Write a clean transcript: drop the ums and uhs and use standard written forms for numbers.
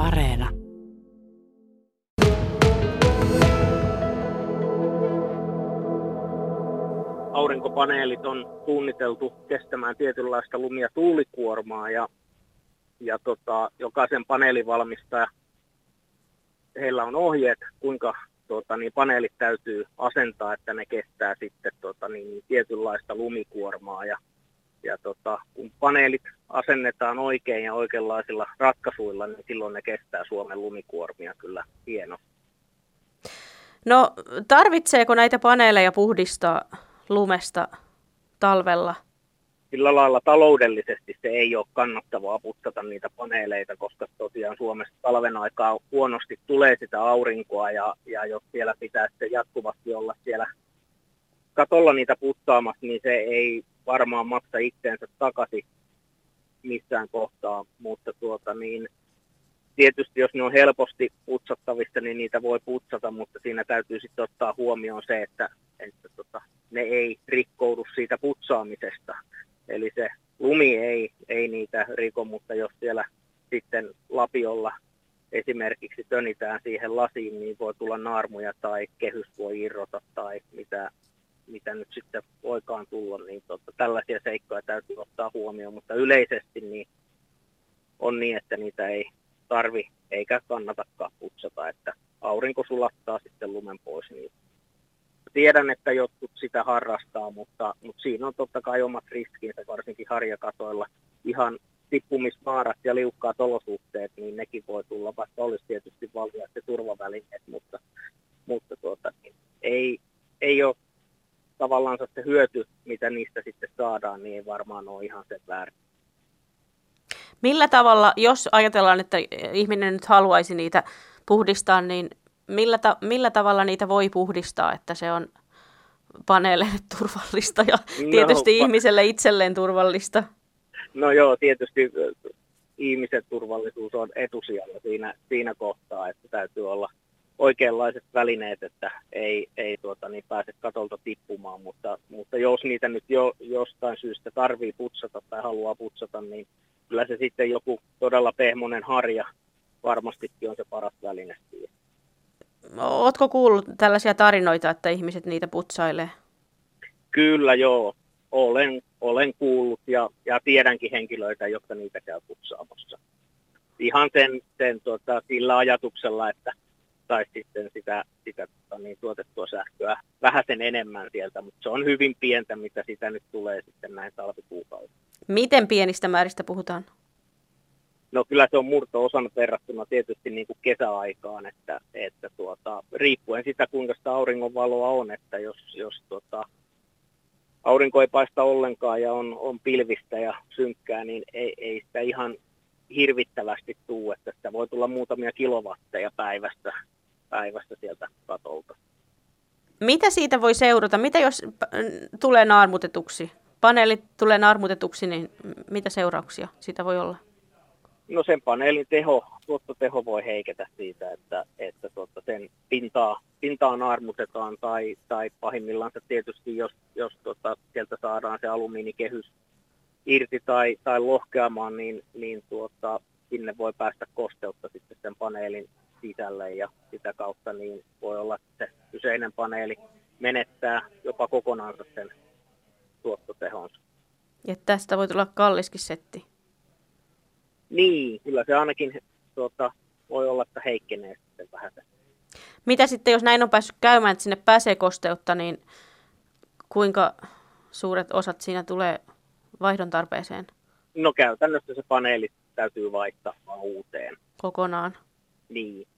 Areena. Aurinkopaneelit on suunniteltu kestämään tietynlaista lumi- ja tuulikuormaa ja jokaisen paneelivalmistaja, heillä on ohjeet, kuinka paneelit täytyy asentaa, että ne kestää sitten tietynlaista lumikuormaa ja kun paneelit asennetaan oikein ja oikeanlaisilla ratkaisuilla, niin silloin ne kestää Suomen lumikuormia kyllä hienosti. No tarvitseeko näitä paneeleja puhdistaa lumesta talvella? Sillä lailla taloudellisesti se ei ole kannattavaa putsata niitä paneeleita, koska tosiaan Suomessa talven aikaa huonosti tulee sitä aurinkoa ja jos siellä pitää sitten jatkuvasti olla siellä katolla niitä putsaamassa, niin se ei varmaan maksa itseensä takaisin missään kohtaa, mutta tietysti jos ne on helposti putsattavissa, niin niitä voi putsata, mutta siinä täytyy sitten ottaa huomioon se, että ne ei rikkoudu siitä putsaamisesta. Eli se lumi ei niitä riko, mutta jos siellä sitten lapiolla esimerkiksi tönitään siihen lasiin, niin voi tulla naarmuja tai kehys voi irrota tai mitä nyt sitten voikaan tulla, niin tällaisia seikkoja täytyy ottaa huomioon, mutta yleisesti niin on niin, että niitä ei tarvi eikä kannatakaan putsata, että aurinko sulattaa sitten lumen pois. Niin tiedän, että jotkut sitä harrastaa, mutta siinä on totta kai omat riskinsä, varsinkin harjakatoilla. Ihan tippumisvaarat ja liukkaat olosuhteet, niin nekin voi tulla, vaikka olisi tietysti valmiat ja turvavälineet, mutta ei ole tavallaan se hyöty, mitä niistä sitten saadaan, niin ei varmaan ole ihan sen väärin. Millä tavalla, jos ajatellaan, että ihminen nyt haluaisi niitä puhdistaa, niin millä tavalla niitä voi puhdistaa, että se on paneeleille turvallista ja tietysti ihmiselle itselleen turvallista? No joo, tietysti ihmisen turvallisuus on etusijalla siinä kohtaa, että täytyy olla oikeanlaiset välineet, että ei pääse katolta tippumaan, mutta jos niitä nyt jostain syystä tarvii putsata tai haluaa putsata, niin kyllä se sitten joku todella pehmoinen harja varmastikin on se paras väline siihen. Ootko kuullut tällaisia tarinoita, että ihmiset niitä putsailee? Kyllä joo, olen kuullut ja tiedänkin henkilöitä, jotka niitä käy putsaamassa. Ihan sillä ajatuksella, että tai sitten sitä tuotettua sähköä vähän sen enemmän sieltä, mutta se on hyvin pientä, mitä sitä nyt tulee sitten näin talvikuukausina. Miten pienistä määristä puhutaan? No kyllä se on murto-osana verrattuna tietysti niin kuin kesäaikaan, että riippuen sitä, kuinka sitä auringonvaloa on, että jos aurinko ei paista ollenkaan ja on pilvistä ja synkkää, niin ei sitä ihan hirvittävästi tule, että sitä voi tulla muutamia kilowatteja päivästä sieltä katolta. Mitä siitä voi seurata? Mitä jos tulee naarmutetuksi? Paneelit tulee naarmutetuksi, niin mitä seurauksia siitä voi olla? No sen paneelin tuottoteho voi heiketä siitä, että sen pintaa naarmutetaan tai pahimmillaan tietysti, jos sieltä saadaan se alumiinikehys irti tai lohkeamaan, niin sinne voi päästä kosteutta sitten sen paneelin sisälle ja sitä kautta niin voi olla, että se kyseinen paneeli menettää jopa kokonaan sen tuottotehonsa. Ja tästä voi tulla kalliskin setti. Niin, kyllä se ainakin voi olla, että heikkenee sitten vähän. Mitä sitten, jos näin on päässyt käymään, että sinne pääsee kosteutta, niin kuinka suuret osat siinä tulee vaihdon tarpeeseen? No käytännössä se paneeli täytyy vaihtaa uuteen. Kokonaan? Niin.